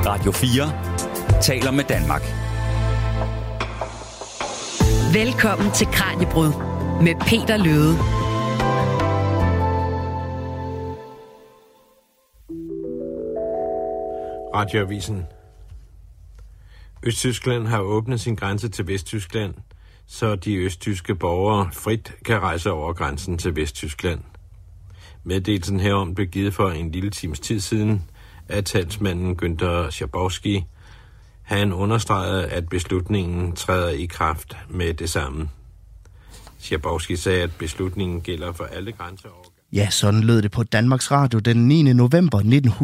Radio 4 taler med Danmark. Velkommen til Kraniebrud med Peter Løde. Radioavisen. Østtyskland har åbnet sin grænse til Vesttyskland, så de østtyske borgere frit kan rejse over grænsen til Vesttyskland. Meddelelsen herom blev givet for en lille times tid siden af talsmanden Günther Schabowski. Han understregede, at beslutningen træder i kraft med det samme. Schabowski sagde, at beslutningen gælder for alle grænseovergange. Ja, sådan lød det på Danmarks Radio den 9. november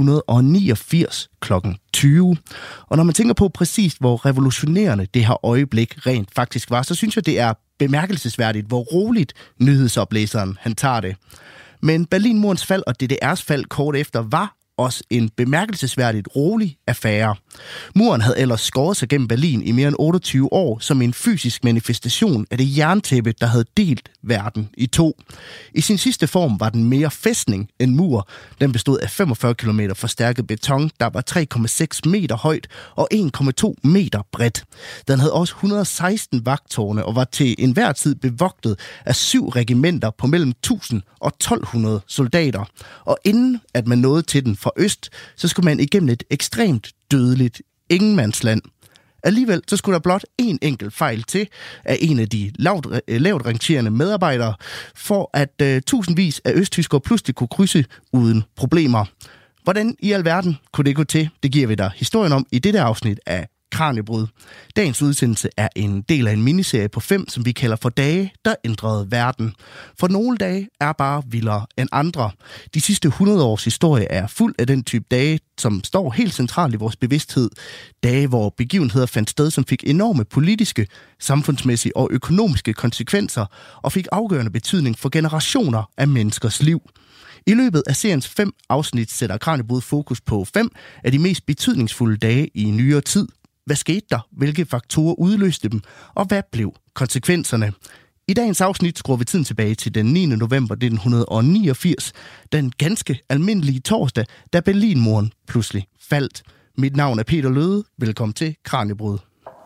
1989 kl. 20. Og når man tænker på præcist, hvor revolutionerende det her øjeblik rent faktisk var, så synes jeg, det er bemærkelsesværdigt, hvor roligt nyhedsoplæseren han tager det. Men Berlinmurens fald og DDR's fald kort efter var også en bemærkelsesværdigt rolig affære. Muren havde ellers skåret sig gennem Berlin i mere end 28 år som en fysisk manifestation af det jerntæppe, der havde delt verden i to. I sin sidste form var den mere fæstning end mur. Den bestod af 45 km forstærket beton, der var 3,6 meter højt og 1,2 meter bredt. Den havde også 116 vagttårne og var til enhver tid bevogtet af 7 regimenter på mellem 1000 og 1200 soldater. Og inden at man nåede til den fra øst, så skulle man igennem et ekstremt dødeligt ingenmandsland. Alligevel så skulle der blot en enkelt fejl til af en af de lavt rangerende medarbejdere, for at tusindvis af østtyskere pludselig kunne krydse uden problemer. Hvordan i alverden kunne det gå til? Det giver vi dig historien om i dette afsnit af Kraniebrud. Dagens udsendelse er en del af en miniserie på 5, som vi kalder for Dage, der ændrede verden. For nogle dage er bare vildere end andre. De sidste 100 års historie er fuld af den type dage, som står helt centralt i vores bevidsthed. Dage, hvor begivenheder fandt sted, som fik enorme politiske, samfundsmæssige og økonomiske konsekvenser, og fik afgørende betydning for generationer af menneskers liv. I løbet af seriens 5 afsnit sætter Kraniebrud fokus på 5 af de mest betydningsfulde dage i nyere tid. Hvad skete der? Hvilke faktorer udløste dem? Og hvad blev konsekvenserne? I dagens afsnit skruer vi tiden tilbage til den 9. november 1989, den ganske almindelige torsdag, da Berlinmuren pludselig faldt. Mit navn er Peter Løde. Velkommen til Kraniebrud.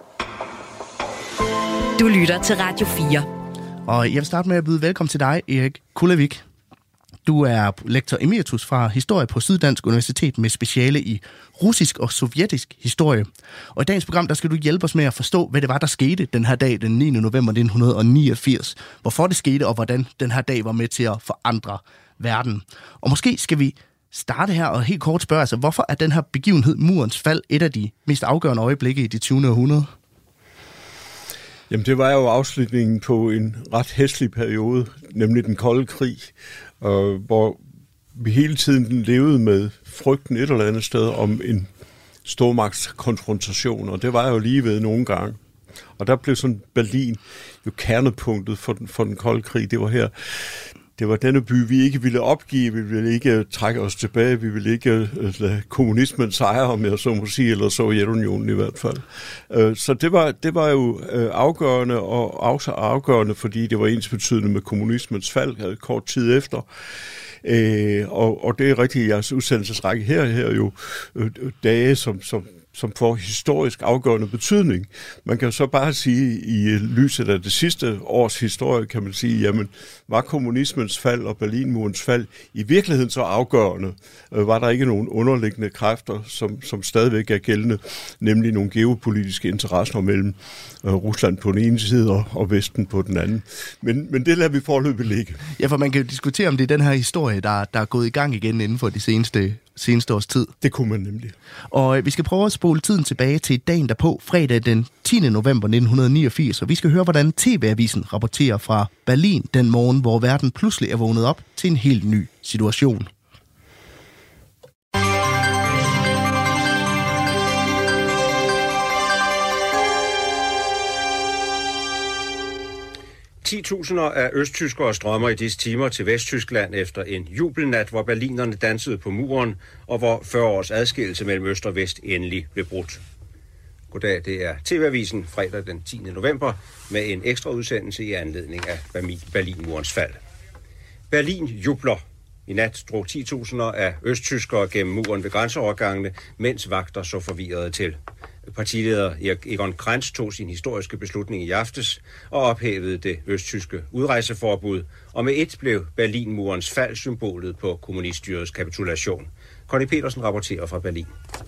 Du lytter til Radio 4. Og jeg vil starte med at byde velkommen til dig, Erik Kulavik. Du er lektor emeritus fra historie på Syddansk Universitet med speciale i russisk og sovjetisk historie. Og i dagens program, der skal du hjælpe os med at forstå, hvad det var, der skete den her dag, den 9. november 1989. Hvorfor det skete, og hvordan den her dag var med til at forandre verden. Og måske skal vi starte her og helt kort spørge, altså, hvorfor er den her begivenhed, murens fald, et af de mest afgørende øjeblikke i det 20. århundrede? Jamen, det var jo afslutningen på en ret hæslig periode, nemlig den kolde krig, hvor vi hele tiden levede med frygten et eller andet sted om en stormagtskonfrontation, og det var jo lige ved nogle gange. Og der blev sådan Berlin jo kernepunktet for den kolde krig. Det var her. Det var denne by, vi ikke ville opgive, vi ville ikke trække os tilbage, vi ville ikke lade kommunismen sejre, om jeg så må sige, eller Sovjetunionen i hvert fald. Så det var jo afgørende, og også afgørende, fordi det var ensbetydende med kommunismens fald kort tid efter. Og det er rigtigt, jeres udsendelsesrække her er jo dage, som får historisk afgørende betydning. Man kan så bare sige, i lyset af det sidste års historie, kan man sige, jamen, var kommunismens fald og Berlinmurens fald i virkeligheden så afgørende? Var der ikke nogen underliggende kræfter, som stadigvæk er gældende, nemlig nogle geopolitiske interesser mellem Rusland på den ene side og Vesten på den anden? Men det lader vi foreløbig ligge. Ja, for man kan jo diskutere, om det er den her historie, der er gået i gang igen inden for de seneste års tid. Det kunne man nemlig. Og vi skal prøve at spole tiden tilbage til dagen derpå, fredag den 10. november 1989, og vi skal høre, hvordan TV-avisen rapporterer fra Berlin den morgen, hvor verden pludselig er vågnet op til en helt ny situation. Titusinder af østtyskere strømmer i disse timer til Vesttyskland efter en jubelnat, hvor berlinerne dansede på muren, og hvor 40 års adskillelse mellem øst og vest endelig blev brudt. Goddag, det er TV-avisen fredag den 10. november med en ekstra udsendelse i anledning af Berlinmurens fald. Berlin jubler. I nat drog 10.000 af østtyskere gennem muren ved grænseovergangene, mens vagter så forvirrede til. Partileder Egon Krenz tog sin historiske beslutning i aftes og ophævede det østtyske udrejseforbud, og med et blev Berlinmurens fald symbolet på kommuniststyrets kapitulation. Conny Petersen rapporterer fra Berlin.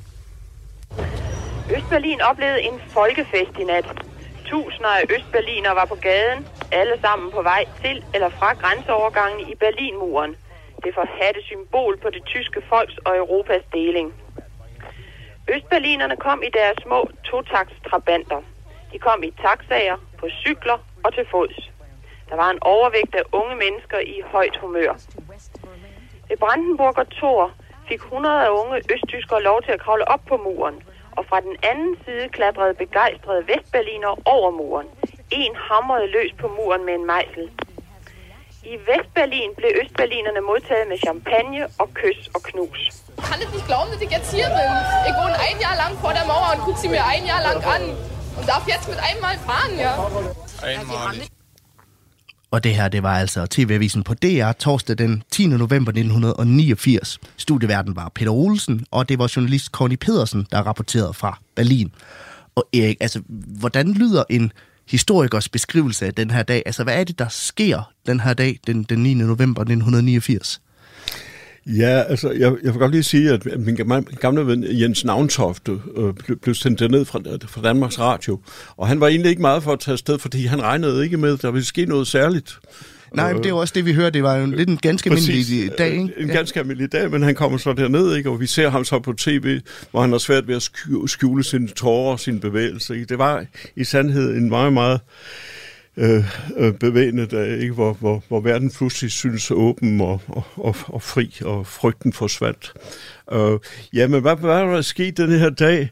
Østberlin oplevede en folkefest i nat. Tusinder af østberlinere var på gaden, alle sammen på vej til eller fra grænseovergangen i Berlinmuren. Det forhadte symbol på det tyske folks og Europas deling. Østberlinerne kom i deres små totaktstrabanter. De kom i taxaer, på cykler og til fods. Der var en overvægt af unge mennesker i højt humør. Ved Brandenburger Tor fik 100 af unge østtyskere lov til at kravle op på muren, og fra den anden side klatrede begejstrede vestberlinere over muren. En hamrede løs på muren med en mejsel. I Vestberlin blev østberlinerne modtaget med champagne og kys og knus. Ich kann es nicht glauben, dass ich jetzt hier bin. Ich wohne ein Jahr lang vor der Mauer und gucke sie mir ein Jahr lang an. Und darf jetzt mit einmal fahren, ja. Einmalig. Og det her, det var altså TV-avisen på DR torsdag den 10. november 1989. Studieværten var Peter Olsen, og det var journalist Conny Pedersen, der rapporterede fra Berlin. Og Erik, altså, hvordan lyder en historikers beskrivelse af den her dag? Altså, hvad er det, der sker den her dag, den 9. november 1989? Ja, altså, jeg vil godt lige sige, at min gamle ven Jens Navntofte blev sendt ned fra Danmarks Radio, og han var egentlig ikke meget for at tage afsted, fordi han regnede ikke med, at der ville ske noget særligt. Nej, men det er jo også det, vi hører. Det var jo lidt en ganske almindelig dag, ikke? En ganske almindelig dag, men han kommer så derned, ikke? Og vi ser ham så på tv, hvor han har svært ved at skjule sine tårer og sine bevægelser. Ikke? Det var i sandhed en meget, meget bevægende dag, ikke? Hvor verden pludselig synes åben og fri, og frygten forsvandt. Jamen, hvad var der sket den her dag?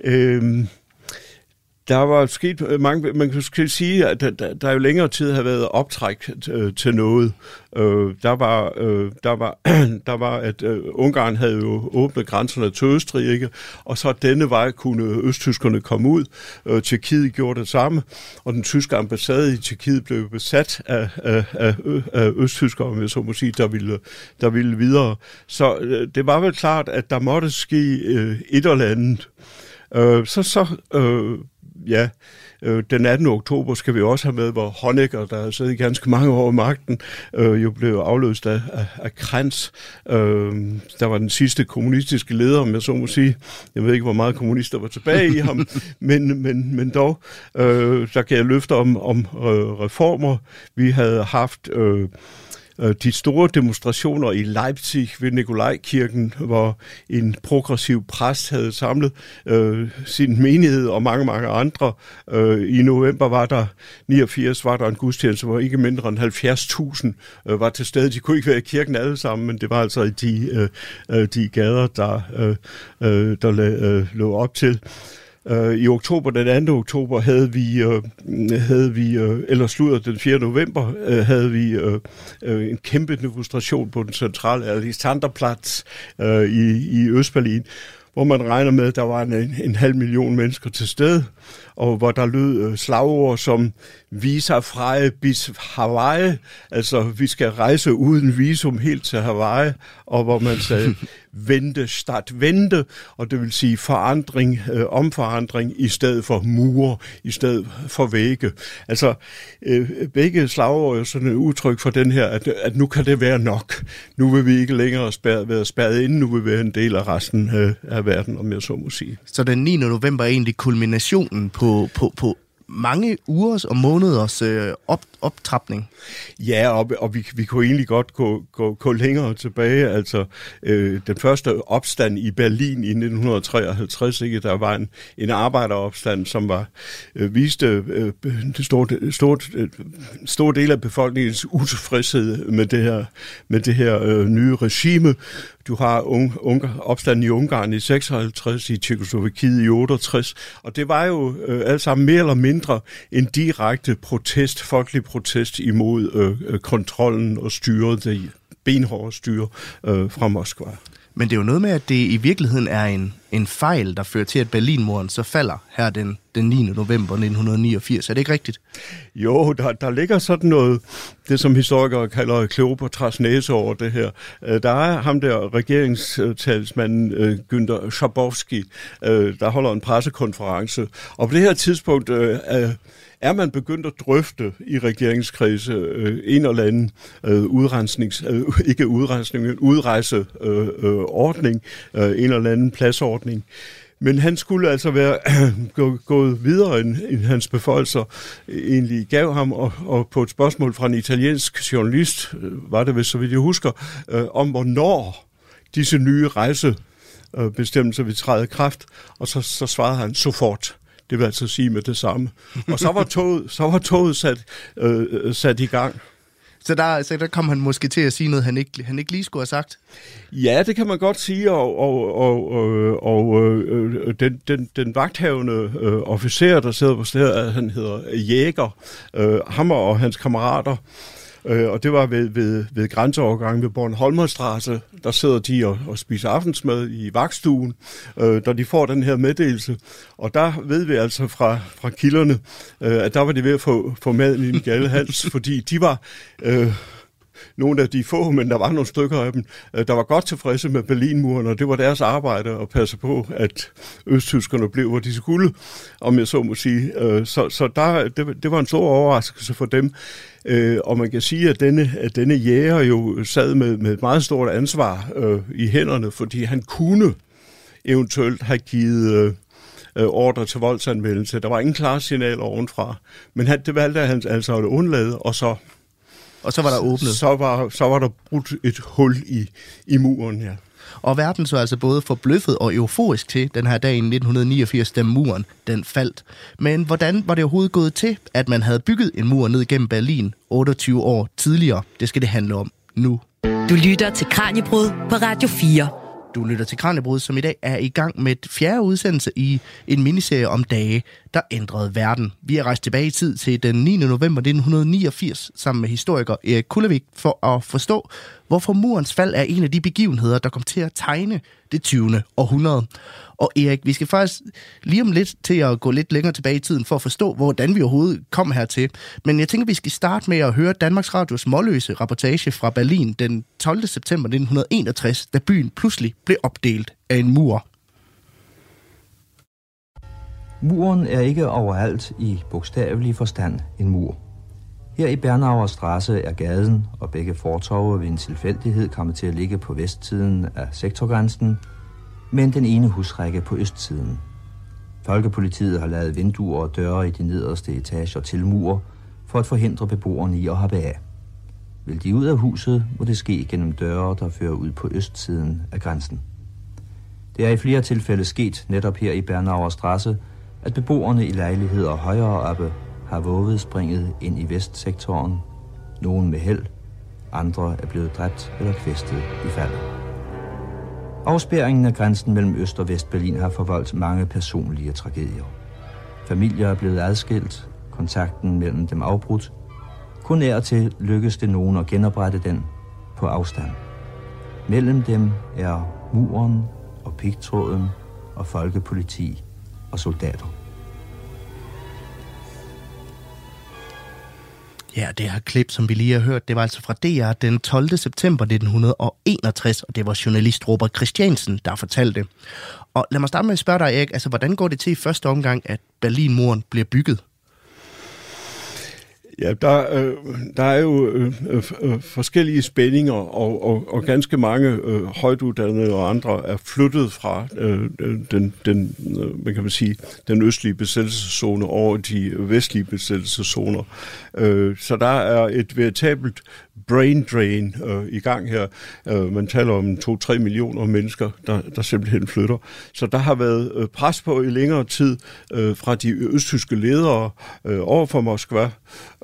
Der var sket mange, man kan sige, at der jo længere tid har været optræk til noget. Der var, at Ungarn havde jo åbnet grænserne til Østrig, ikke? Og så denne vej kunne østtyskerne komme ud. Tjekkiet gjorde det samme, og den tyske ambassade i Tjekkiet blev besat af østtyskere, om jeg så må sige, der ville videre. Så det var vel klart, at der måtte ske et eller andet. Den 18. oktober skal vi også have med, hvor Honecker, der har siddet ganske mange år i magten, jo blev afløst af Krenz. Der var den sidste kommunistiske leder, om jeg så må sige. Jeg ved ikke, hvor meget kommunister var tilbage i ham, men dog, der kan jeg løfte om reformer. Vi havde haft de store demonstrationer i Leipzig ved Nikolajkirken, hvor en progressiv præst havde samlet sin menighed og mange, mange andre. I november var der 89 var der en gudstjeneste, hvor ikke mindre end 70.000 var til stede. De kunne ikke være i kirken alle sammen, men det var altså de gader, der lå op til. I oktober, den 2. oktober, havde vi den 4. november, havde vi en kæmpe demonstration på den centrale Alexanderplatz i Østberlin, hvor man regner med, at der var en halv million mennesker til stede, og hvor der lød slagord som Visa frei bis Hawaii, altså vi skal rejse uden visum helt til Hawaii, og hvor man sagde vente statt vente, og det vil sige forandring, omforandring i stedet for mure, i stedet for vægge. Altså begge slagord er sådan et udtryk for den her, at nu kan det være nok. Nu vil vi ikke længere være spærret inde, nu vil vi være en del af resten af verden, om jeg så må sige. Så den 9. november er egentlig kulminationen på mange ugers og måneders optrapning. Ja, og vi kunne egentlig godt gå længere tilbage. Altså, den første opstand i Berlin i 1953, ikke? Der var en arbejderopstand, som viste stor del af befolkningens utilfredshed med det her nye regime. Du har opstanden i Ungarn i 56, i Tjekkoslovakiet i 68, og det var jo alt sammen mere eller mindre en direkte protest, folkelig protest imod kontrollen og styret, det benhårde styre fra Moskva. Men det er jo noget med, at det i virkeligheden er en fejl, der fører til, at Berlinmuren så falder her den 9. november 1989. Er det ikke rigtigt? Jo, der ligger sådan noget, det som historikere kalder Kleopatras næse over det her. Der er ham der regeringstalsmanden Günther Schabowski, der holder en pressekonference. Og på det her tidspunkt er man begyndt at drøfte i regeringskredse en eller anden udrejseordning, en eller anden pladsordning. Men han skulle altså være gået videre, end hans beføjelser egentlig gav ham, og på et spørgsmål fra en italiensk journalist, var det vist, så vidt jeg husker, om hvornår disse nye rejsebestemmelser vil træde i kraft, og så svarede han sofort. Det vil altså sige med det samme. Og så var toget sat i gang. Så der kom han måske til at sige noget, han ikke lige skulle have sagt? Ja, det kan man godt sige, og den vagthavende officer, der sidder på stedet, han hedder Jæger, Hammer og hans kammerater, og det var ved grænseovergangen ved Bornholmerstrasse, der sidder de og spiser aftensmad i vagtstuen, da de får den her meddelelse. Og der ved vi altså fra kilderne, at der var de ved at få maden i den gale hals, fordi de var nogle af de få, men der var nogle stykker af dem, der var godt tilfredse med Berlinmuren, og det var deres arbejde at passe på, at østtyskerne blev, hvor de skulle, om jeg så må sige. Så det var en stor overraskelse for dem. Og man kan sige, at denne jæger jo sad med et meget stort ansvar i hænderne, fordi han kunne eventuelt have givet ordre til voldsanmeldelse. Der var ingen klare signaler ovenfra, men det valgte han altså at undlade, og så var der åbnet. Så var der brudt et hul i muren, ja. Og verden så altså både forbløffet og euforisk til den her dag i 1989, da muren den faldt. Men hvordan var det overhovedet gået til, at man havde bygget en mur ned gennem Berlin 28 år tidligere? Det skal det handle om nu. Du lytter til Kraniebrud på Radio 4. Du lytter til Kraniebrud, som i dag er i gang med et 4. udsendelse i en miniserie om dage, der ændrede verden. Vi er rejst tilbage i tid til den 9. november 1989 sammen med historiker Erik Kullevik for at forstå, hvorfor murens fald er en af de begivenheder, der kom til at tegne det 20. århundrede. Og Erik, vi skal faktisk lige om lidt til at gå lidt længere tilbage i tiden for at forstå, hvordan vi overhovedet kom hertil. Men jeg tænker, vi skal starte med at høre Danmarks Radios målløse reportage fra Berlin den 12. september 1961, da byen pludselig blev opdelt af en mur. Muren er ikke overalt i bogstavelig forstand en mur. Her i Bernauer Strasse er gaden og begge fortove ved en tilfældighed kommet til at ligge på vestsiden af sektorgrænsen, men den ene husrække på østsiden. Folkepolitiet har lavet vinduer og døre i de nederste etager til mur for at forhindre beboerne i at hoppe af. Vil de ud af huset, må det ske gennem døre, der fører ud på østsiden af grænsen. Det er i flere tilfælde sket netop her i Bernauer Strasse, at beboerne i lejligheder højere oppe har våget springet ind i vestsektoren. Nogen med held, andre er blevet dræbt eller kvæstet i faldet. Afspærringen af grænsen mellem Øst- og Vestberlin har forvoldt mange personlige tragedier. Familier er blevet adskilt, kontakten mellem dem afbrudt. Kun af og til lykkes det nogen at genoprette den på afstand. Mellem dem er muren og pigtråden og folkepoliti og soldater. Ja, det her klip, som vi lige har hørt, det var altså fra DR den 12. september 1961, og det var journalist Robert Christiansen, der fortalte det. Og lad mig starte med at spørge dig, Erik, altså hvordan går det til i første omgang, at Berlinmuren bliver bygget? Ja, der er jo forskellige spændinger, og ganske mange højtuddannede og andre er flyttet fra hvad kan man sige, den østlige besættelseszone over de vestlige besættelseszoner. Så der er et veritabelt brain drain i gang her. Man taler om 2-3 millioner mennesker, der simpelthen flytter. Så der har været pres på i længere tid fra de østtyske ledere over for Moskva.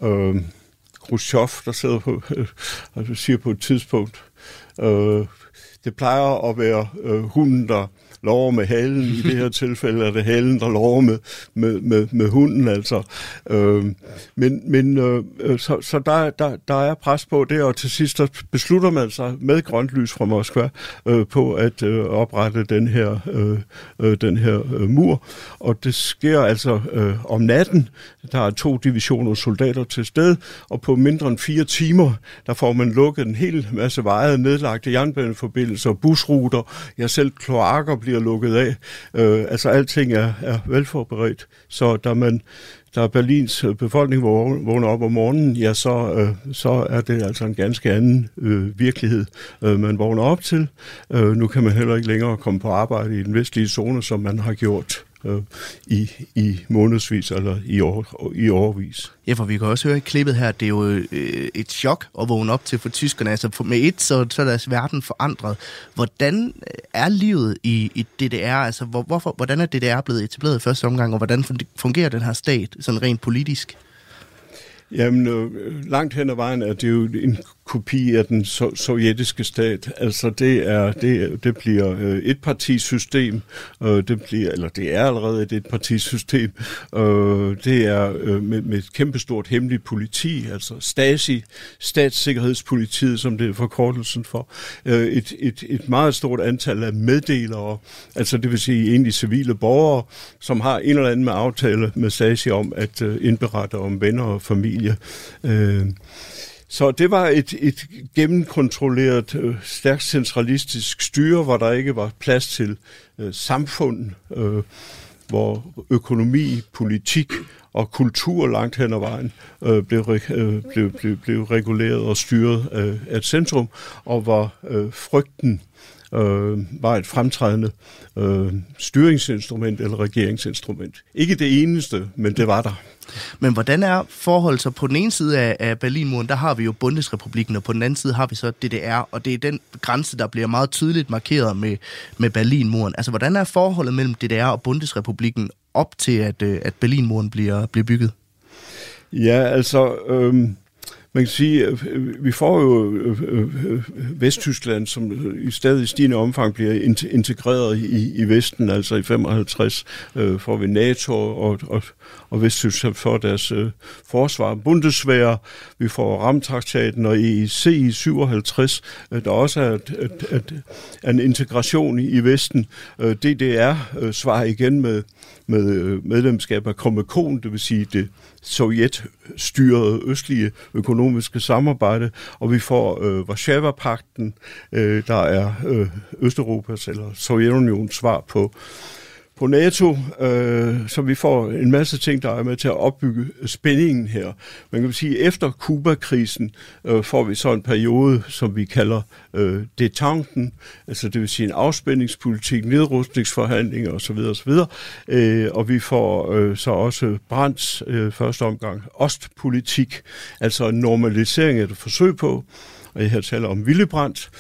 Khrushchev, der sidder på, siger på et tidspunkt, det plejer at være hunden, der lover med halen. I det her tilfælde er det halen, der lover med hunden, altså. Så der er pres på det, og til sidst beslutter man sig med grønt lys fra Moskva på at oprette den her mur. Og det sker altså om natten. Der er 2 divisioner soldater til stede, og på mindre end 4 timer, der får man lukket en hel masse veje, nedlagte jernbaneforbindelser, busruter, ja selv kloakker bliver lukket af. Altså alting er velforberedt. Så da Berlins befolkning vågner op om morgenen, ja, så er det altså en ganske anden virkelighed, man vågner op til. Nu kan man heller ikke længere komme på arbejde i den vestlige zone, som man har gjort i månedsvis eller i årvis. Ja, for vi kan også høre i klippet her, det er jo et chok at vågne op til for tyskerne. Altså med så er deres verden forandret. Hvordan er livet i DDR? Altså hvordan er DDR blevet etableret i første omgang, og hvordan fungerer den her stat sådan rent politisk? Jamen, langt hen ad vejen er det jo en kopi af den sovjetiske stat. Altså, det bliver et partisystem. Det er allerede et partisystem. Det er med et kæmpestort hemmeligt politi, altså Stasi, statssikkerhedspolitiet, som det er forkortelsen for. Et meget stort antal af meddelere, altså det vil sige egentlig civile borgere, som har en eller anden aftale med Stasi om at indberette om venner og familie. Så det var et gennemkontrolleret, stærkt centralistisk styre, hvor der ikke var plads til samfund, hvor økonomi, politik og kultur langt hen ad vejen blev reguleret og styret af et centrum, og hvor frygten var et fremtrædende styringsinstrument eller regeringsinstrument. Ikke det eneste, men det var der. Men hvordan er forholdet så? På den ene side af Berlinmuren, der har vi jo Bundesrepublikken, og på den anden side har vi så DDR, og det er den grænse, der bliver meget tydeligt markeret med Berlinmuren. Altså, hvordan er forholdet mellem DDR og Bundesrepublikken op til, at Berlinmuren bliver bygget? Ja, altså... Man kan sige, at vi får jo Vesttyskland, som i stadig stigende omfang bliver integreret i Vesten. Altså i 55 får vi NATO og Vesttyskland for deres forsvar. Bundeswehr, vi får Ramtraktaten og EEC i 57. Der også er en integration i Vesten. DDR svarer igen med medlemskab af Comecon, det vil sige det sovjetstyrede østlige økonomiske samarbejde, og vi får Warszawa-pakten, der er Østeuropas eller Sovjetunionens svar på NATO, så vi får en masse ting, der er med til at opbygge spændingen her. Man kan sige, at efter Kuba-krisen får vi så en periode, som vi kalder detenten, altså det vil sige en afspændingspolitik, nedrustningsforhandlinger osv. Og vi får så også Brandts første omgang ostpolitik, altså en normalisering af det forsøg på, og jeg her taler om Willy Brandt,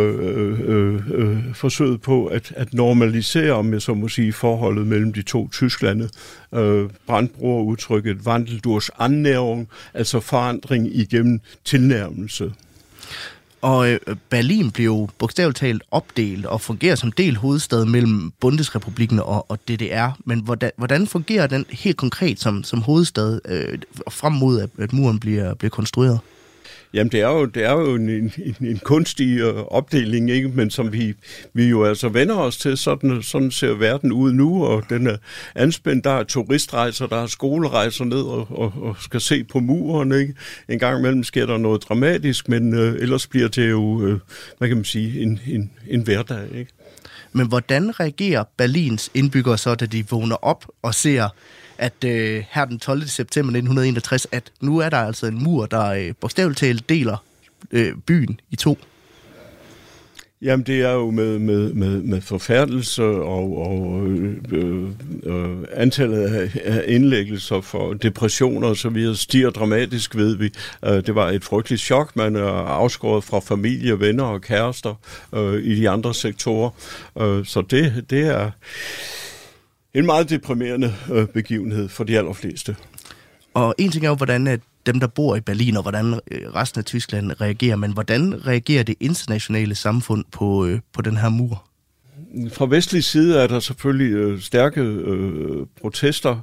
forsøget på at normalisere, om jeg så må sige, forholdet mellem de to Tysklande. Brandt bruger udtrykket Wandel durch Annäherung, altså forandring igennem tilnærmelse. Og Berlin blev jo bogstaveligt talt opdelt og fungerer som del hovedstad mellem Bundesrepublikken og DDR. Men hvordan fungerer den helt konkret som hovedstad frem mod, at muren bliver konstrueret? Jamen, det er jo en kunstig opdeling, ikke? Men som vi jo altså vender os til. Sådan ser verden ud nu, og den er anspændt. Der er turistrejser, der er skolerejser ned og skal se på muren, ikke? En gang imellem sker der noget dramatisk, men ellers bliver det jo, hvad kan man sige, en hverdag, ikke? Men hvordan reagerer Berlins indbyggere så, da de vågner op og ser, at her den 12. september 1961, at nu er der altså en mur, der bogstaveligt talt deler byen i to? Jamen, det er jo med forfærdelse og antallet af indlæggelser for depressioner og så videre stiger dramatisk, ved vi. Det var et frygteligt chok. Man er afskåret fra familie, venner og kærester i de andre sektorer. Så det er en meget deprimerende begivenhed for de allerfleste. Og en ting er jo, hvordan at dem, der bor i Berlin, og hvordan resten af Tyskland reagerer, men hvordan reagerer det internationale samfund på den her mur? Fra vestlig side er der selvfølgelig stærke protester.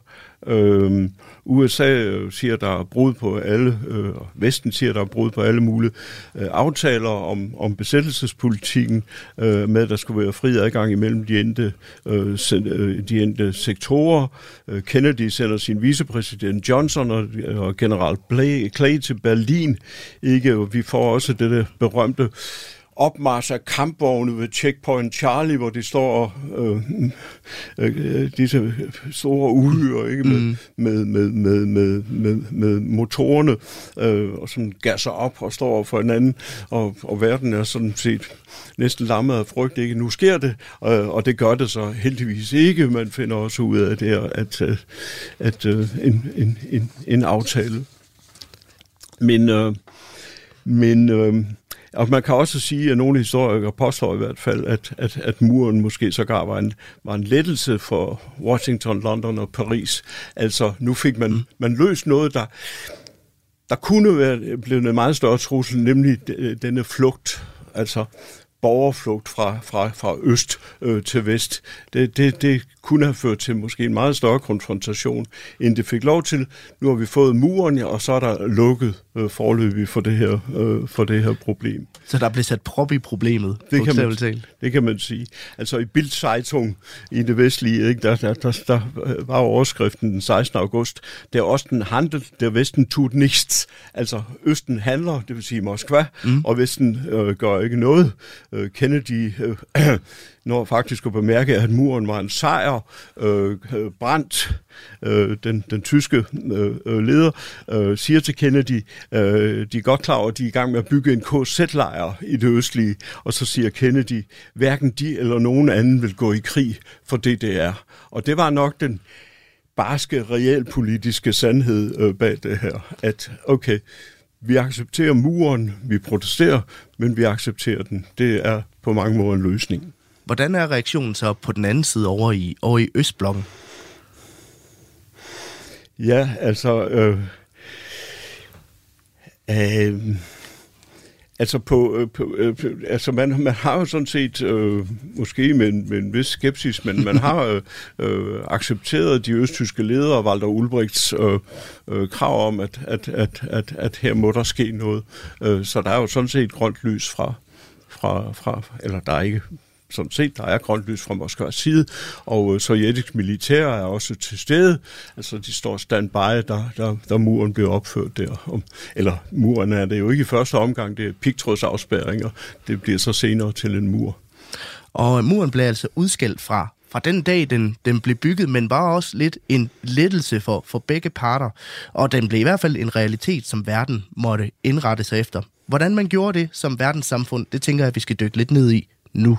USA siger, der er brud på alle, Vesten siger, der er brud på alle mulige aftaler om besættelsespolitikken, med at der skulle være fri adgang imellem de endte sektorer. Kennedy sender sin vicepræsident Johnson og general Clay til Berlin. Vi får også det berømte opmarch af kampvogne ved Checkpoint Charlie, hvor de står disse store uhyrer, ikke, med motorerne, og sådan gasser op og står for hinanden, og verden er sådan set næsten lammet af frygt, ikke? Nu sker det, og det gør det så heldigvis ikke. Man finder også ud af det her, at en aftale. Men og man kan også sige, at nogle historikere påstår i hvert fald, at muren måske sågar var en lettelse for Washington, London og Paris. Altså, nu fik man løst noget, der kunne være blevet en meget større trussel, nemlig denne flugt, altså borgerflugt fra øst til vest. Det kunne have ført til måske en meget større konfrontation, end det fik lov til. Nu har vi fået muren, og så er der lukket foreløbig for det her problem. Så der blev sat prop i problemet? Det kan man sige. Altså i Bild Zeitung i det vestlige, ikke, der var overskriften den 16. august, der Osten handelt, der Vesten tut nichts. Altså Østen handler, det vil sige Moskva, og Vesten gør ikke noget. Kennedy når faktisk at bemærke, at muren var en sejr. Brandt, den tyske leder, siger til Kennedy, de er godt klar over, at de er i gang med at bygge en KZ-lejr i det østlige, og så siger Kennedy, hverken de eller nogen anden vil gå i krig for DDR. Og det var nok den barske, realpolitiske sandhed bag det her, at okay, vi accepterer muren, vi protesterer, men vi accepterer den. Det er på mange måder en løsning. Hvordan er reaktionen så på den anden side over i Østblokken? Ja, altså... Altså man har jo sådan set, måske med en vis skepsis, men man har accepteret de østtyske ledere, Walter Ulbrichts krav om, at her må der ske noget. Så der er jo sådan set grønt lys fra eller der er ikke sådan set, der er grønt lys fra Moskvas side, og sovjetisk militær er også til stede. Altså, de står standby, da muren bliver opført der. Eller muren er det jo ikke i første omgang, det er pigtrådsafspærringer. Det bliver så senere til en mur. Og muren blev altså udskældt fra den dag, den blev bygget, men var også lidt en lettelse for begge parter. Og den blev i hvert fald en realitet, som verden måtte indrette sig efter. Hvordan man gjorde det som verdenssamfund, det tænker jeg, at vi skal dykke lidt ned i nu.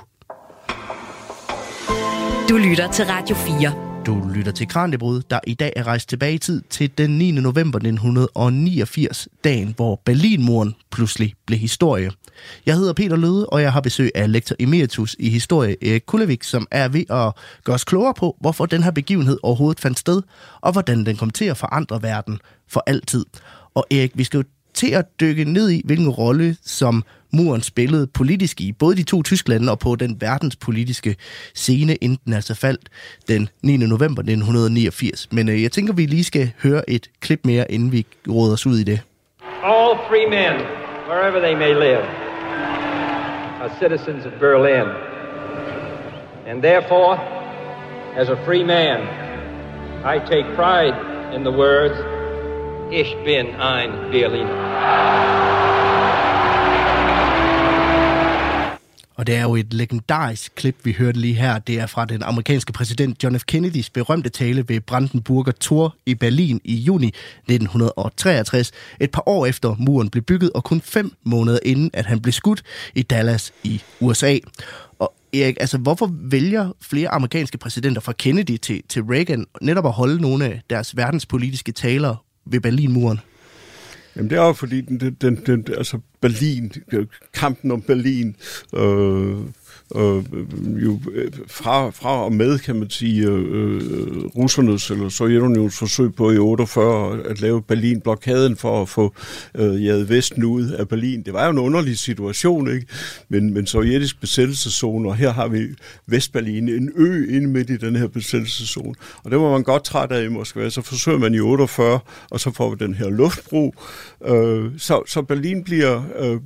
Du lytter til Radio 4. Du lytter til Kraniebrud, der i dag er rejst tilbage i tid til den 9. november 1989, dagen hvor Berlinmuren pludselig blev historie. Jeg hedder Peter Løde, og jeg har besøg af lektor emeritus i historie Erik Kullevik, som er ved at gøre os klogere på, hvorfor den her begivenhed overhovedet fandt sted, og hvordan den kom til at forandre verden for altid. Og Erik, vi skal jo til at dykke ned i, hvilken rolle som muren spillede politisk i både de to Tysklande og på den verdenspolitiske scene, inden den altså faldt den 9. november 1989. Men jeg tænker, vi lige skal høre et klip mere, inden vi råder os ud i det. All free men, wherever they may live, are citizens of Berlin. And therefore, as a free man, I take pride in the words, Ich bin ein Berliner. Og det er jo et legendarisk klip, vi hørte lige her. Det er fra den amerikanske præsident John F. Kennedys berømte tale ved Brandenburger Tor i Berlin i juni 1963. Et par år efter muren blev bygget, og kun 5 måneder inden, at han blev skudt i Dallas i USA. Og Erik, altså hvorfor vælger flere amerikanske præsidenter fra Kennedy til Reagan netop at holde nogle af deres verdenspolitiske taler ved Berlinmuren? Jamen det er jo fordi, altså Berlin, kampen om Berlin fra og med, kan man sige, russernes eller Sovjetunionens forsøg på i 48 at lave Berlin-blokaden for at få jaget Vesten ud af Berlin. Det var jo en underlig situation, ikke? Men sovjetisk besættelseszone, og her har vi Vestberlin, en ø inde midt i den her besættelseszone. Og det var man godt træt af i Moskva. Så forsøger man i 48, og så får vi den her luftbro. Så Berlin bliver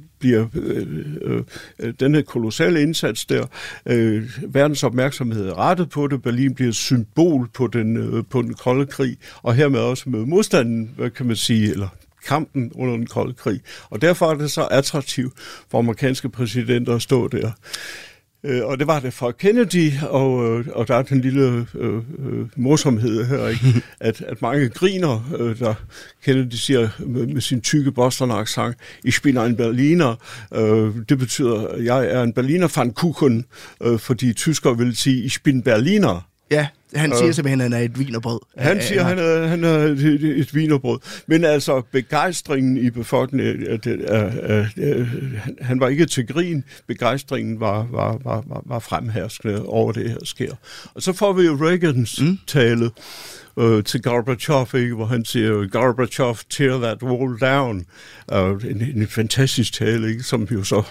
den her kolossale indsats der. Verdens opmærksomhed er rettet på det. Berlin bliver et symbol på den kolde krig, og hermed også med modstanden, hvad kan man sige, eller kampen under den kolde krig. Og derfor er det så attraktivt for amerikanske præsidenter at stå der. Og det var det for Kennedy, og der er den lille morsomhed her, ikke? At mange griner, der Kennedy siger med sin tykke Boston-accent, ich bin ein Berliner. Det betyder, jeg er en Berliner van Kuchen, fordi tyskere vil sige, ich bin Berliner. Ja, han siger simpelthen, at han er et wienerbrød. Han siger, han er et wienerbrød. Men altså, begejstringen i befolkningen, han var ikke til grin. Begejstringen var fremherskende over det her sker. Og så får vi jo Reagans tale til Gorbachev, ikke, hvor han siger, Gorbachev, tear that wall down. En fantastisk tale, ikke, som jo så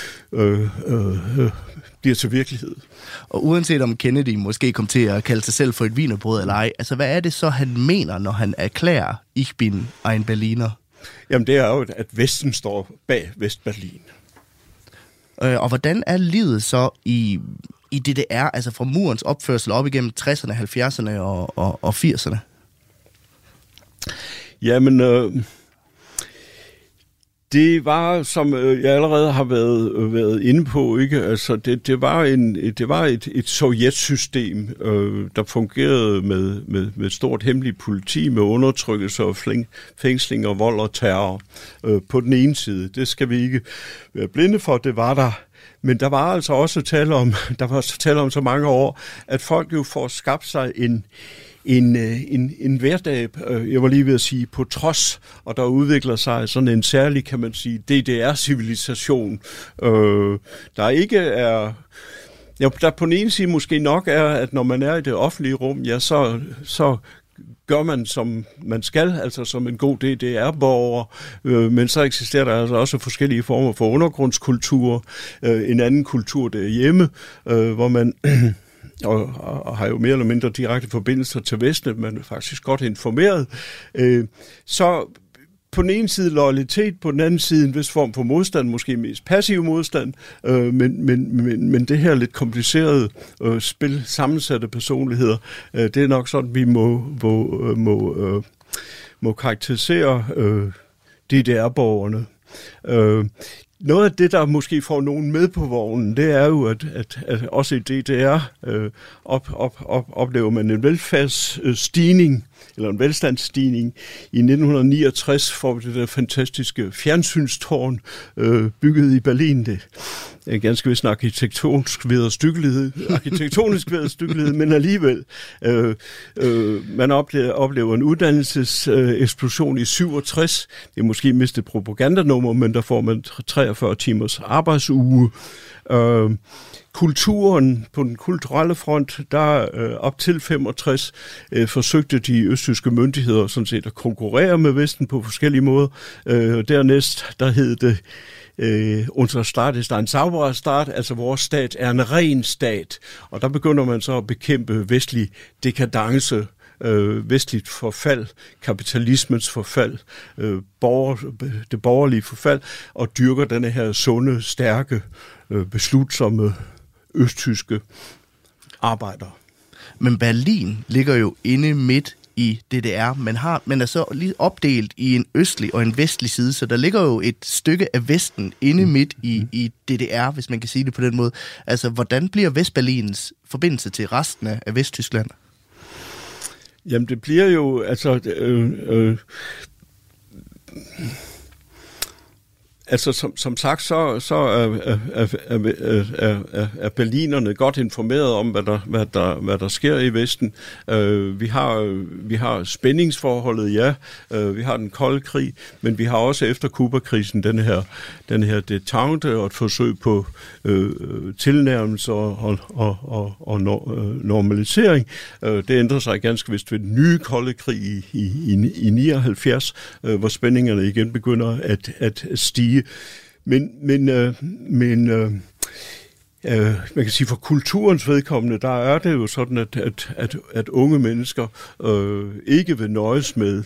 bliver til virkelighed. Og uanset om Kennedy måske kom til at kalde sig selv for et wienerbrød eller ej, altså hvad er det så, han mener, når han erklærer, ich bin ein Berliner? Jamen det er jo, at Vesten står bag Vestberlin. Og hvordan er livet så i DDR, altså fra murens opførsel op igennem 60'erne, 70'erne og 80'erne? Jamen, det var, som jeg allerede har været inde på, ikke? Altså, det var et sovjetsystem, der fungerede med et stort hemmeligt politi, med undertrykkelse og fængsling og vold og terror på den ene side. Det skal vi ikke være blinde for, det var der. Men der var altså også tale om så mange år, at folk jo får skabt sig en hverdag, jeg var lige ved at sige, på trods, og der udvikler sig sådan en særlig, kan man sige, DDR-civilisation, der ikke er... Ja, der på den ene side måske nok er, at når man er i det offentlige rum, ja, så gør man, som man skal, altså som en god DDR-borger, men så eksisterer der altså også forskellige former for undergrundskultur, en anden kultur derhjemme, hvor man... og har jo mere eller mindre direkte forbindelser til Vesten, man er faktisk godt informeret. Så på den ene side loyalitet, på den anden side en vis form for modstand, måske mest passiv modstand, men det her lidt komplicerede spil, sammensatte personligheder, det er nok sådan, vi må karakterisere DDR-borgerne. Noget af det, der måske får nogen med på vognen, det er jo, at også i DDR oplever man en velfærdsstigning, eller en velstandsstigning. I 1969 får vi det der fantastiske fjernsynstårn bygget i Berlin. Det er ganske vist en arkitektonisk vederstyggelighed, men alligevel. Man oplever en uddannelseseksplosion i 67. Det er måske mest et propagandanummer, men der får man 43 timers arbejdsuge. Kulturen på den kulturelle front, der op til 65 forsøgte de østtyske myndigheder sådan set at konkurrere med Vesten på forskellige måder. Dernæst, der hed det unser Staat ist ein sauberer Staat, altså vores stat er en ren stat. Og der begynder man så at bekæmpe vestlig dekadence, vestligt forfald, kapitalismens forfald, det borgerlige forfald, og dyrker denne her sunde, stærke, beslutsomme østtyske arbejdere. Men Berlin ligger jo inde midt i DDR, men er så lige opdelt i en østlig og en vestlig side, så der ligger jo et stykke af Vesten inde midt i DDR, hvis man kan sige det på den måde. Altså, hvordan bliver Vestberlins forbindelse til resten af Vesttyskland? Jamen, det bliver jo, Altså, som sagt, så er berlinerne godt informeret om, hvad der sker i Vesten. Vi har spændingsforholdet, ja. Vi har den kolde krig, men vi har også efter Cuba-krisen den her détente og et forsøg på tilnærmelse og normalisering. Det ændrer sig ganske vist ved den nye kolde krig i 79, hvor spændingerne igen begynder at stige. Men man kan sige, for kulturens vedkommende, der er det jo sådan, at unge mennesker ikke vil nøjes med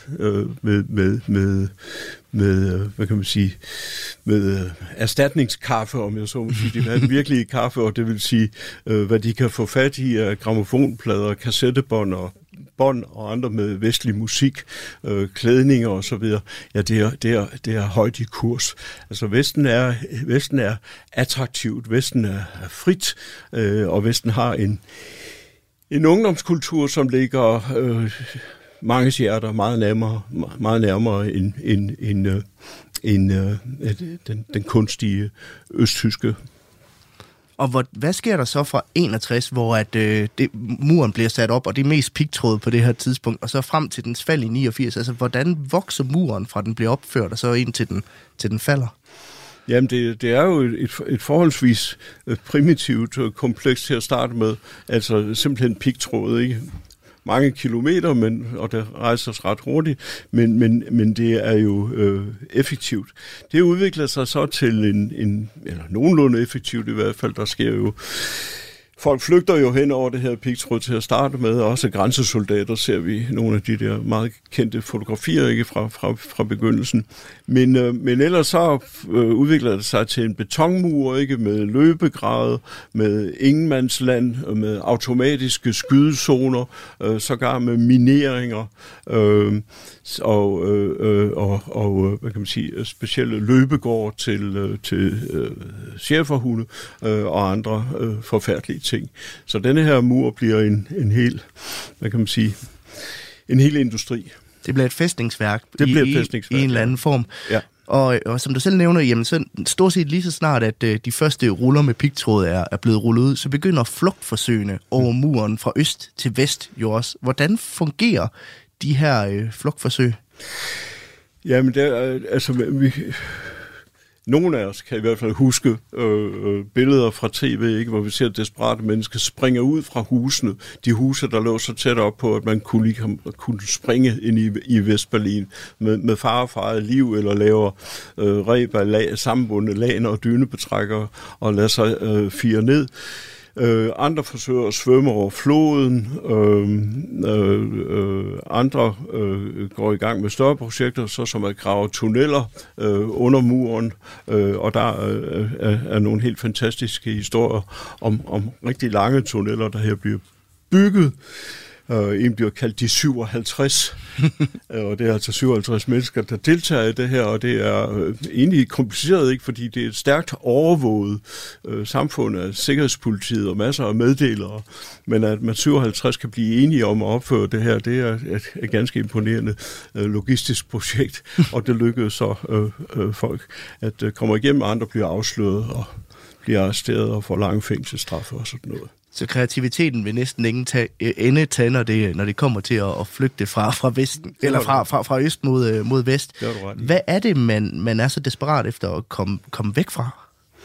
hvad kan man sige, med erstatningskaffe, om jeg så må sige. De vil have den virkelige kaffe, og det vil sige, hvad de kan få fat i af grammofonplader, kassettebånd og andre med vestlig musik, klædninger og så videre. Ja, det er højt i kurs. Altså Vesten er attraktivt, Vesten er frit, og Vesten har en ungdomskultur, som ligger mange hjerter meget nærmere end den kunstige østtyske. Og hvad sker der så fra 61, hvor muren bliver sat op, og det er mest pigtråd på det her tidspunkt, og så frem til dens fald i 89? Altså, hvordan vokser muren fra den bliver opført, og så ind til den falder? Jamen, det er jo et forholdsvis primitivt kompleks til at starte med. Altså, simpelthen pigtråd, ikke? Mange kilometer, og det rejser ret hurtigt, men det er jo effektivt. Det udvikler sig så til eller nogenlunde effektivt i hvert fald. Der sker jo, folk flygter jo hen over det her pigtråd til at starte med, og også grænsesoldater ser vi nogle af de der meget kendte fotografier, ikke, fra begyndelsen. Men ellers så udvikler det sig til en betonmur, ikke, med løbegrad, med ingenmandsland, med automatiske skydezoner, sågar med mineringer, og hvad kan man sige, specielle løbegård til schæferhunde og andre forfærdelige ting. Så denne her mur bliver en hel, hvad kan man sige, en hel industri. Det bliver et fæstningsværk i en eller anden form. Ja. Og som du selv nævner, jamen, så stort set lige så snart, at de første ruller med pigtråd er blevet rullet ud, så begynder flugtforsøgene over muren fra øst til vest jo også. Hvordan fungerer de her flugtforsøg? Jamen, nogle af os kan i hvert fald huske billeder fra tv, ikke, hvor vi ser desperate mennesker springe ud fra husene. De huse, der lå så tæt op på, at man kunne springe ind i Vestberlin med fare for eget liv, eller lave reb af sammenbundne laner og dynebetrækkere og lade sig fire ned. Andre forsøger at svømme over floden, andre går i gang med større projekter, så som at grave tunneller under muren, og der er nogle helt fantastiske historier om rigtig lange tunneller, der her bliver bygget. En bliver kaldt de 57, og det er altså 57 mennesker, der deltager i det her, og det er egentlig kompliceret, ikke, fordi det er et stærkt overvåget samfund af sikkerhedspolitiet og masser af meddelere, men at man 57 kan blive enige om at opføre det her, det er et ganske imponerende logistisk projekt, og det lykkedes så folk at komme igennem, andre bliver afsløret og bliver arresteret og får lange fængselsstraffe og sådan noget. Så kreativiteten vil næsten ingen ende tage, når det kommer til at flygte fra vesten, eller fra øst mod vest. Hvad er det, man er så desperat efter at komme væk fra?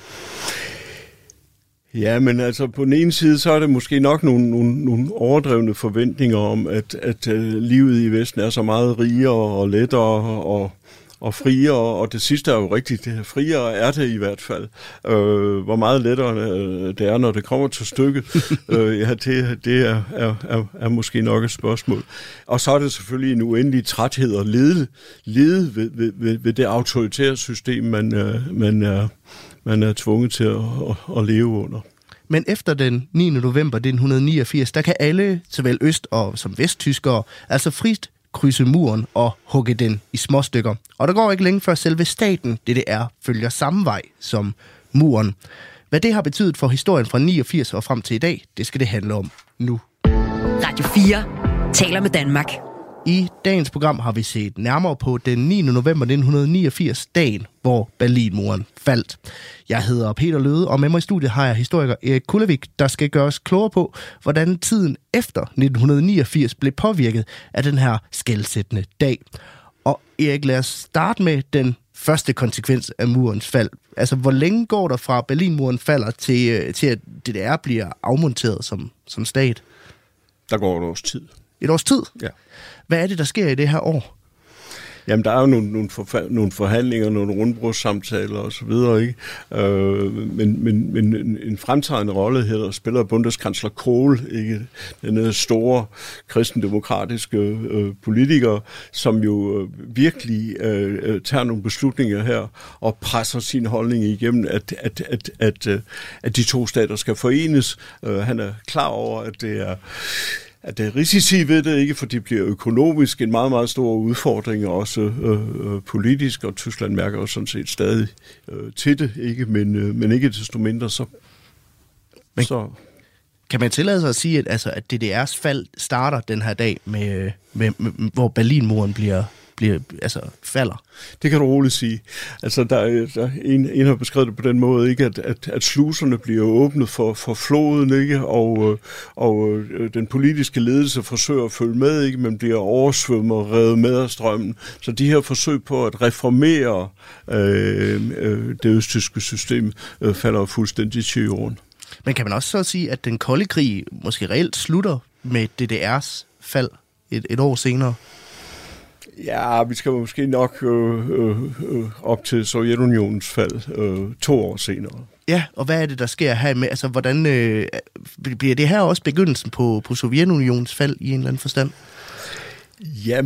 Ja, men altså på den ene side, så er det måske nok nogle overdrevne forventninger om, at livet i Vesten er så meget rigere og lettere og friere, og det sidste er jo rigtigt, det her friere er det i hvert fald. Hvor meget lettere det er, når det kommer til stykket, ja, det er måske nok et spørgsmål. Og så er det selvfølgelig en uendelig træthed og lede ved det autoritære system, man er tvunget til at leve under. Men efter den 9. november 1989, der kan alle, såvel øst- og som vesttyskere, altså frit krydse muren og hugge den i små stykker. Og der går ikke længe før selve staten DDR følger samme vej som muren. Hvad det har betydet for historien fra 89 og frem til i dag, det skal det handle om nu. Radio 4 taler med Danmark. I dagens program har vi set nærmere på den 9. november 1989, dagen, hvor Berlinmuren faldt. Jeg hedder Peter Løde, og med mig i studiet har jeg historiker Erik Kullevik, der skal gøre os klogere på, hvordan tiden efter 1989 blev påvirket af den her skelsættende dag. Og Erik, lad os starte med den første konsekvens af murens fald. Altså, hvor længe går der fra Berlinmuren falder til at DDR bliver afmonteret som stat? Der går et års tid. Et års tid? Ja. Hvad er det, der sker i det her år? Jamen, der er jo nogle forhandlinger, nogle rundbordssamtaler og så videre, ikke? Men en fremtrædende rolle her spiller Bundeskansler Kohl, ikke? Denne store kristendemokratiske politiker, som jo virkelig tager nogle beslutninger her og presser sin holdning igennem, at de to stater skal forenes. Han er klar over, at det er risici ved det, ikke, for det bliver økonomisk en meget, meget stor udfordring, og også politisk, og Tyskland mærker jo sådan set stadig til det, ikke, men ikke desto mindre så. Kan man tillade sig at sige, at DDR's fald starter den her dag, med hvor Berlinmuren falder? Det kan du roligt sige. Altså, der en har beskrevet det på den måde, ikke, at sluserne bliver åbnet for floden, ikke, og den politiske ledelse forsøger at følge med, ikke, men bliver oversvømmet og revet med af strømmen. Så de her forsøg på at reformere det østtyske system falder fuldstændig til jorden. Men kan man også så sige, at den kolde krig måske reelt slutter med DDR's fald et år senere? Ja, vi skal måske nok op til Sovjetunionens fald 2 år senere. Ja, og hvad er det, der sker her med? Altså, hvordan bliver det her også begyndelsen på Sovjetunionens fald i en eller anden forstand? Jamen,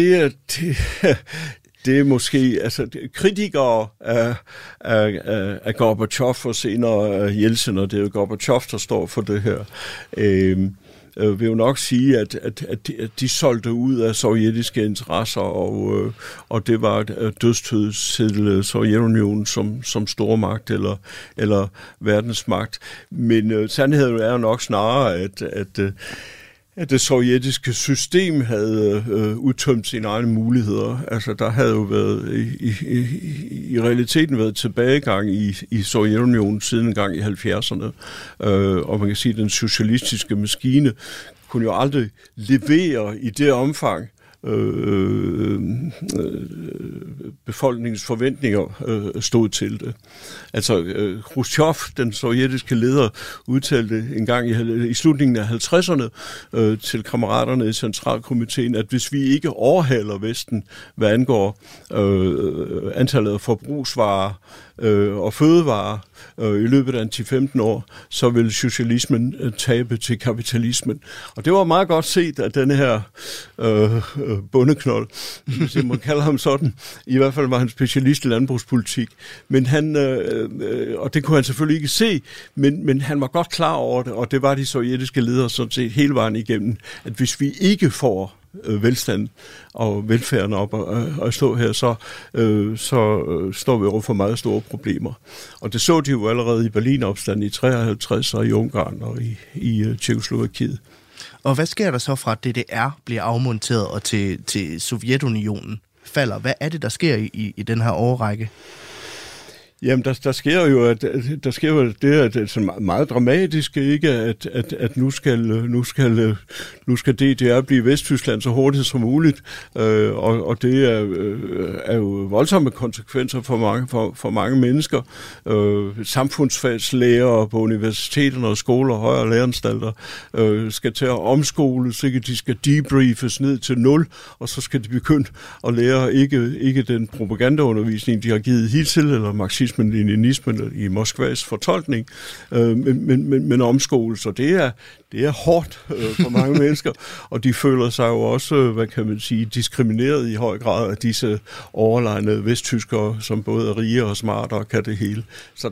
det er måske, altså kritikere af Gorbachev og senere af Jeltsin, og det er jo Gorbachev, der står for det her, vil jo nok sige, at de solgte ud af sovjetiske interesser, og det var et dødstød til Sovjetunionen som stormagt eller verdensmagt. Men sandheden er jo nok snarere, at det sovjetiske system havde udtømt sine egne muligheder. Altså, der havde jo været i realiteten været tilbagegang i Sovjetunionen siden en gang i 70'erne. Og man kan sige, at den socialistiske maskine kunne jo aldrig levere i det omfang, befolkningens forventninger stod til det. Altså, Khrushchev, den sovjetiske leder, udtalte en gang i slutningen af 50'erne til kammeraterne i Centralkomiteen, at hvis vi ikke overhaler Vesten, hvad angår antallet af forbrugsvarer og fødevarer i løbet af 10-15 år, så vil socialismen tabe til kapitalismen. Og det var meget godt set, at denne her bondeknold, hvis man kalder ham sådan, i hvert fald var han specialist i landbrugspolitik, men han, og det kunne han selvfølgelig ikke se, men han var godt klar over det, og det var de sovjetiske ledere sådan set hele vejen igennem, at hvis vi ikke får velstand og velfærden op og stå her, så står vi over for meget store problemer. Og det så de jo allerede i Berlinopstanden i 53 og i Ungarn og i Tjekkoslovakiet. Og hvad sker der så fra DDR bliver afmonteret og til Sovjetunionen falder? Hvad er det, der sker i den her årrække? Jamen, der sker jo det, at det er sådan meget dramatisk, ikke, at nu skal DDR blive Vesttyskland så hurtigt som muligt, og det er jo voldsomme konsekvenser for mange mennesker. Samfundsfagslærer på universiteterne og skoler og højere læreanstalter skal til at omskoles, ikke? De skal debriefes ned til 0, og så skal de begynde at lære ikke den propagandaundervisning, de har givet hidtil, eller marxismen-leninismen i Moskvas fortolkning, men omskole. Så det er hårdt for mange mennesker, og de føler sig jo også, hvad kan man sige, diskrimineret i høj grad af disse overlegne vesttyskere, som både er rige og smarte og kan det hele. Så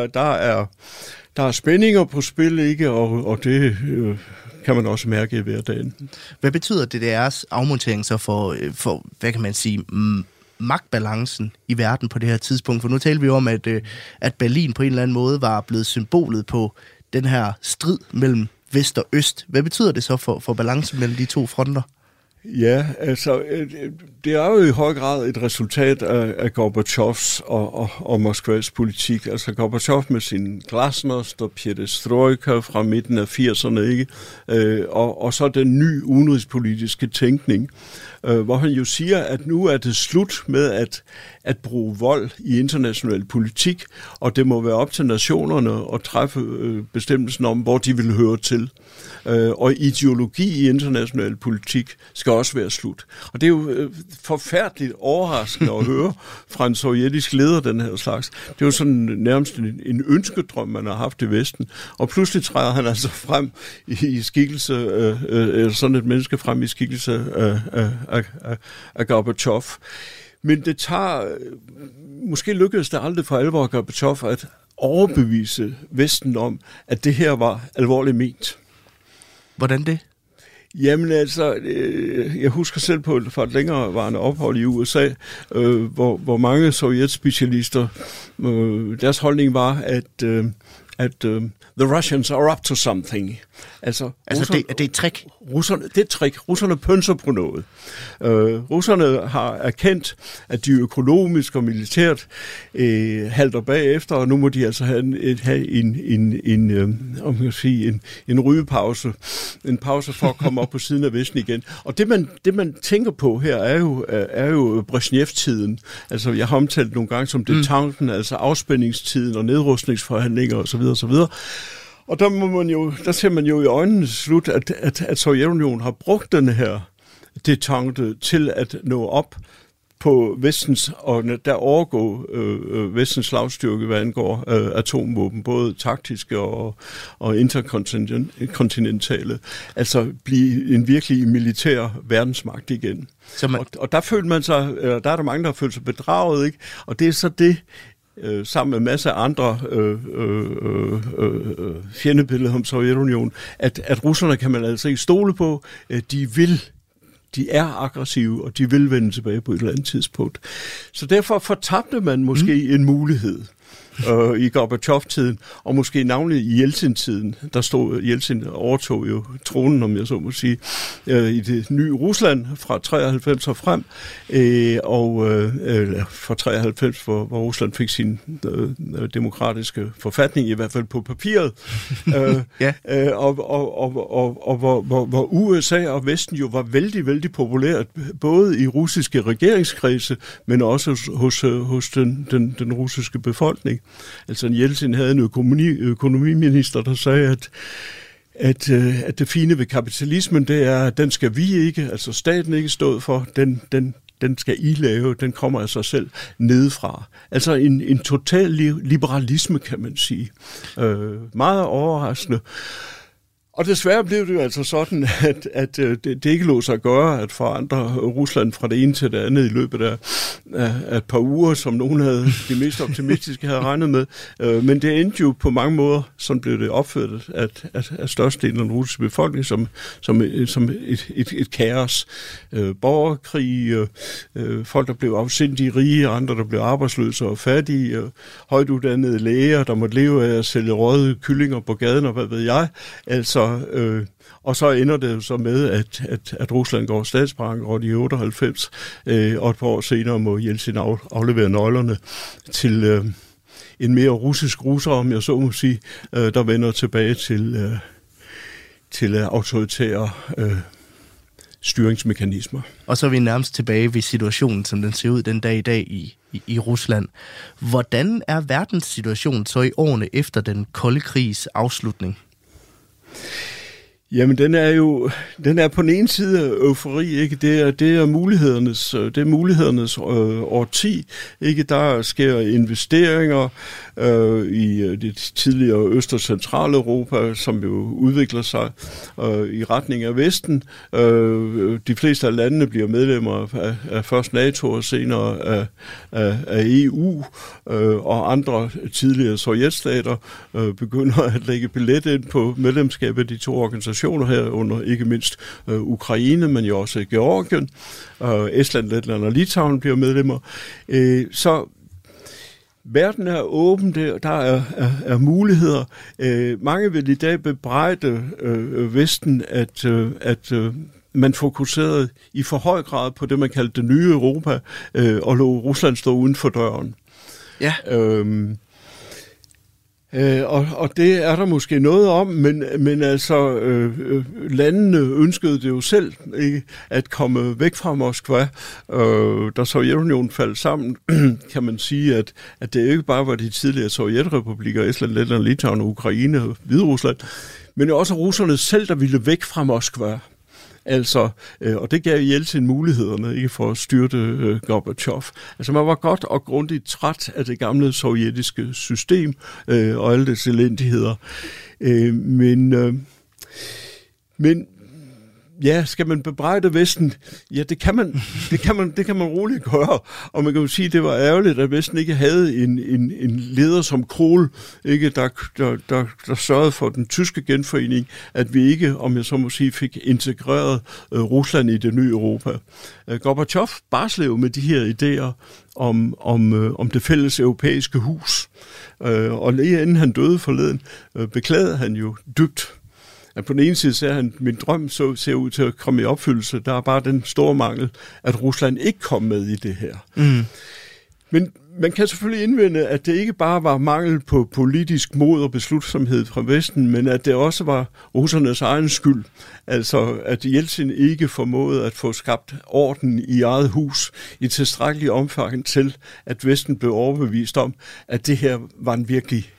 der er spændinger på spil, ikke, og det kan man også mærke i hverdagen. Hvad betyder DDR's afmontering så for hvad kan man sige, magtbalancen i verden på det her tidspunkt? For nu taler vi om, at Berlin på en eller anden måde var blevet symbolet på den her strid mellem vest og øst. Hvad betyder det så for balancen mellem de to fronter? Ja, altså, det er jo i høj grad et resultat af Gorbachevs og Moskvas politik. Altså Gorbachev med sin glasnost og perestrojka fra midten af 80'erne, ikke? Og så den nye udenrigspolitiske tænkning, hvor han jo siger, at nu er det slut med at bruge vold i international politik, og det må være op til nationerne at træffe bestemmelsen om, hvor de vil høre til. Og ideologi i international politik skal også være slut. Og det er jo forfærdeligt overraskende at høre fra en sovjetisk leder, den her slags. Det er jo sådan nærmest en ønskedrøm, man har haft i Vesten. Og pludselig træder han altså frem i skikkelse, sådan et menneske frem i skikkelse af Gorbachev. Men det tager, måske lykkedes det aldrig for alvor Gorbachev at overbevise Vesten om, at det her var alvorligt ment. Hvordan det? Jamen altså, jeg husker selv fra et længerevarende ophold i USA, hvor mange sovjetspecialister, deres holdning var, at the Russians are up to something. Altså det er et trick? Det er et trick. Russerne pønser på noget. Russerne har erkendt, at de økonomisk og militært halter bagefter, og nu må de altså have en rygepause. En pause for at komme op på siden af Vesten igen. Og det man tænker på her, er jo Brezhnev-tiden. Altså, jeg har omtalt nogle gange som detenten, altså afspændingstiden og nedrustningsforhandlinger osv. osv. Og der ser man jo i øjnene slut, at Sovjetunionen har brugt den her detente til at nå op på Vestens, og der overgår Vestens slagstyrke, hvad angår atomvåben, både taktiske og interkontinentale. Altså blive en virkelig militær verdensmagt igen. Og der følte man sig, der er der mange, der har følt sig bedraget, ikke? Og det er så det, sammen med en masse andre fjendebilleder om Sovjetunionen, at russerne kan man altså ikke stole på. De er aggressive, og de vil vende tilbage på et eller andet tidspunkt. Så derfor fortabte man måske en mulighed i Gorbachev-tiden, og måske navnlig i Jeltsin-tiden. Der stod Jeltsin overtog jo tronen, om jeg så må sige, i det nye Rusland fra 93 og frem, og fra 93, hvor Rusland fik sin demokratiske forfatning, i hvert fald på papiret, hvor USA og Vesten jo var vældig, vældig populært, både i russiske regeringskredse, men også hos den russiske befolkning. Altså Jeltsin havde en økonomiminister, der sagde, at det fine ved kapitalismen, det er, at den skal vi ikke, altså staten ikke stå for, den skal I lave, den kommer af sig selv nedefra. Altså en total liberalisme, kan man sige. Meget overraskende. Og desværre blev det jo altså sådan, at det ikke lå sig at gøre at forandre Rusland fra det ene til det andet i løbet af et par uger, som nogen havde de mest optimistiske havde regnet med. Men det endte jo på mange måder, sådan blev det opført af størstedelen af den russiske befolkning, som et kaos. Borgerkrig, folk, der blev afsindige rige, andre, der blev arbejdsløse og fattige, højtuddannede læger, der måtte leve af at sælge røde kyllinger på gaden, og hvad ved jeg. Altså, og så ender det jo så med, at Rusland går statsbankerot i 98, og et par år senere må Jeltsin aflevere nøglerne til en mere russisk russer, om jeg så må sige, der vender tilbage til autoritære styringsmekanismer. Og så er vi nærmest tilbage ved situationen, som den ser ud den dag i dag i Rusland. Hvordan er verdenssituationen så i årene efter den kolde krigs afslutning? Jamen, den er på den ene side eufori, ikke? Det er mulighedernes årti, ikke? Der sker investeringer i det tidligere Øst- og Centraleuropa, som jo udvikler sig i retning af Vesten. De fleste af landene bliver medlemmer af først NATO og senere af EU, og andre tidligere sovjetstater begynder at lægge billet ind på medlemskab af de to organisationer her under ikke mindst Ukraine, men jo også Georgien. Estland, Letland og Litauen bliver medlemmer. Så verden er åben, der er muligheder. Mange vil i dag bebrejde Vesten, at man fokuserede i for høj grad på det, man kaldte det nye Europa, og lå Rusland stå uden for døren. Ja. Og det er der måske noget om, men altså landene ønskede det jo selv, ikke, at komme væk fra Moskva. Da Sovjetunionen faldt sammen, kan man sige, at det ikke bare var de tidligere sovjetrepublikker, Estland, Letland, Litauen, Ukraine og Hviderusland, men også russerne selv, der ville væk fra Moskva. Altså, og det gav Jeltsin mulighederne, ikke, for at styrte Gorbachev. Altså, man var godt og grundigt træt af det gamle sovjetiske system og alle dets elendigheder. Men ja, skal man bebrejde Vesten? Ja, det kan man roligt gøre. Og man kan jo sige, at det var ærgerligt, at Vesten ikke havde en leder som Kohl, ikke, der sørgede for den tyske genforening, at vi ikke, om jeg så må sige, fik integreret Rusland i det nye Europa. Gorbachev barslede med de her idéer om det fælles europæiske hus. Og lige inden han døde forleden, beklagede han jo dybt, at på den ene side ser han, min drøm ser ud til at komme i opfyldelse. Der er bare den store mangel, at Rusland ikke kom med i det her. Mm. Men man kan selvfølgelig indvende, at det ikke bare var mangel på politisk mod og beslutsomhed fra Vesten, men at det også var russernes egen skyld. Altså, at Jeltsin ikke formåede at få skabt orden i eget hus i tilstrækkelig omfang til, at Vesten blev overbevist om, at det her var en virkelig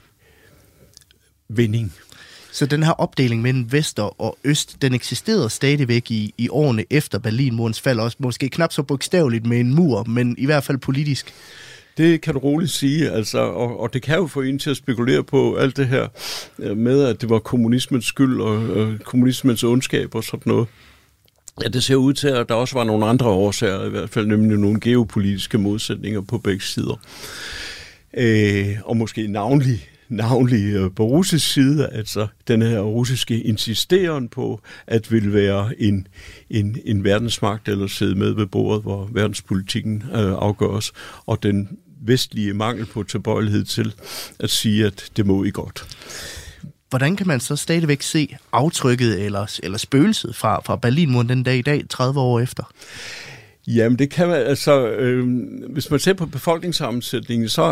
vinding. Så den her opdeling mellem Vester og Øst, den eksisterede stadigvæk i årene efter Berlinmurens fald, også måske knap så bogstaveligt med en mur, men i hvert fald politisk. Det kan du roligt sige, altså, og det kan jo få en til at spekulere på alt det her med, at det var kommunismens skyld og kommunismens ondskab og sådan noget. Ja, det ser ud til, at der også var nogle andre årsager, i hvert fald nemlig nogle geopolitiske modsætninger på begge sider. Og måske navnlig på russisk side, altså den her russiske insisteren på, at vil være en verdensmagt eller sidde med ved bordet, hvor verdenspolitikken afgøres, og den vestlige mangel på tilbøjelighed til at sige, at det må I godt. Hvordan kan man så stadigvæk se aftrykket eller spøgelset fra Berlinmuren den dag i dag, 30 år efter? Jamen, det kan man, altså, hvis man ser på befolkningssammensætningen, så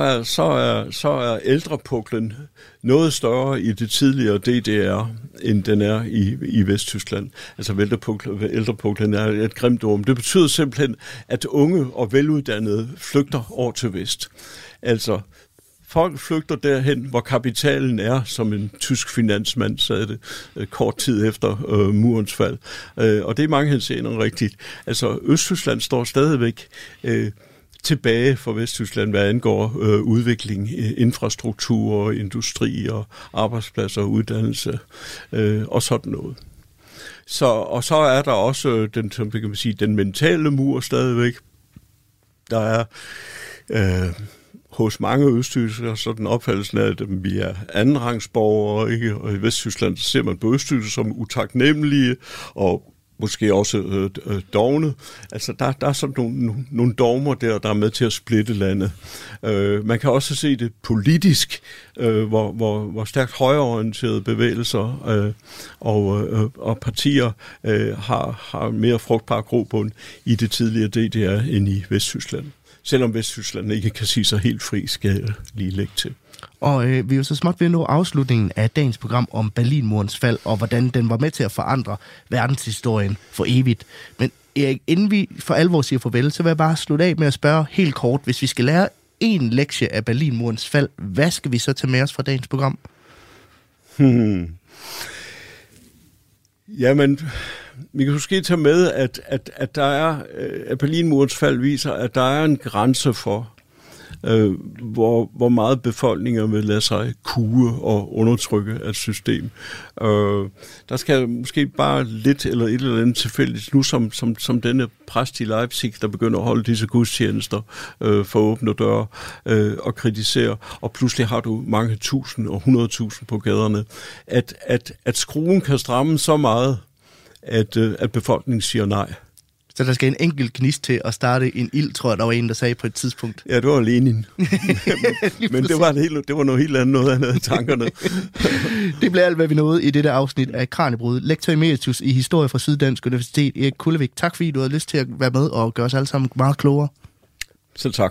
er ældrepuklen noget større i det tidligere DDR, end den er i Vesttyskland. Altså, ældrepuklen er et grimt ord. Det betyder simpelthen, at unge og veluddannede flygter over til vest. Altså, folk flygter derhen, hvor kapitalen er, som en tysk finansmand sagde det kort tid efter murens fald. Og det er mange henseender rigtigt. Altså, Østtyskland står stadigvæk tilbage for Vesttyskland, hvad angår udvikling, infrastruktur, industri og arbejdspladser og uddannelse og sådan noget. Og så er der også den mentale mur stadigvæk. Der er hos mange østtyskere sådan opfattelsen af, at vi er andenrangsborgere, ikke? Og i Vesttyskland ser man på østtyskere som utaknemmelige og måske også dovne. Altså, der er sådan nogle dogmer der er med til at splitte landet. Man kan også se det politisk, hvor stærkt højreorienterede bevægelser og partier har mere frugtbar grobund i det tidligere DDR end i Vesttyskland. Selvom Vesttyskland ikke kan sige sig helt fri, skal jeg lige lægge til. Og vi er jo så småt ved at nå afslutningen af dagens program om Berlinmurens fald, og hvordan den var med til at forandre verdenshistorien for evigt. Men Erik, inden vi for alvor siger farvel, så vil jeg bare slutte af med at spørge helt kort, hvis vi skal lære en lektie af Berlinmurens fald, hvad skal vi så tage med os fra dagens program? Jamen, vi kan måske tage med, at der er, at Berlinmurens fald viser, at der er en grænse for, hvor meget befolkninger vil lade sig kue og undertrykke af et system. Der skal måske bare lidt eller et eller andet tilfældigt, nu som denne præst i Leipzig, der begynder at holde disse gudstjenester for åbne døre og kritisere, og pludselig har du mange tusind og 100.000 på gaderne, at skruen kan stramme så meget, at befolkningen siger nej. Så der skal en enkelt gnist til at starte en ild, tror jeg, der var en, der sagde på et tidspunkt. Ja, det var Lenin. Men det var noget helt andet, noget han havde i tankerne. Det blev alt, hvad vi nåede i dette afsnit af Kraniebrud. Lektor emeritus i historie fra Syddansk Universitet, Erik Kullevik. Tak fordi du havde lyst til at være med og gøre os alle sammen meget klogere. Selv tak.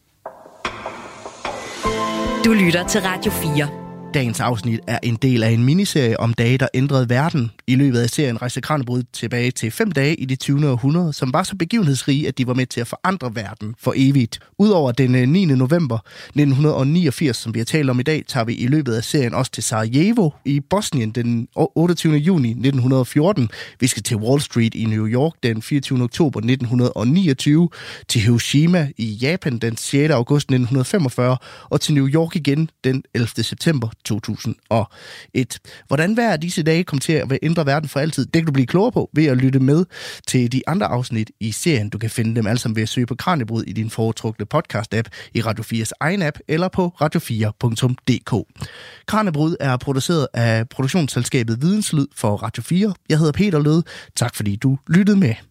Du lytter til Radio 4. Dagens afsnit er en del af en miniserie om dage, der ændrede verden. I løbet af serien rejser Kraniebrud tilbage til 5 dage i det 20. århundrede, som var så begivenhedsrige, at de var med til at forandre verden for evigt. Udover den 9. november 1989, som vi har talt om i dag, tager vi i løbet af serien også til Sarajevo i Bosnien den 28. juni 1914. Vi skal til Wall Street i New York den 24. oktober 1929, til Hiroshima i Japan den 6. august 1945 og til New York igen den 11. september 2001. Hvordan hver af disse dage kom til at ændre verden for altid, det kan du blive klogere på ved at lytte med til de andre afsnit i serien. Du kan finde dem alle sammen ved at søge på Kraniebrud i din foretrukne podcast-app, i Radio 4's egen app eller på radio4.dk. Kraniebrud er produceret af produktionsselskabet Videnslyd for Radio 4. Jeg hedder Peter Løde. Tak fordi du lyttede med.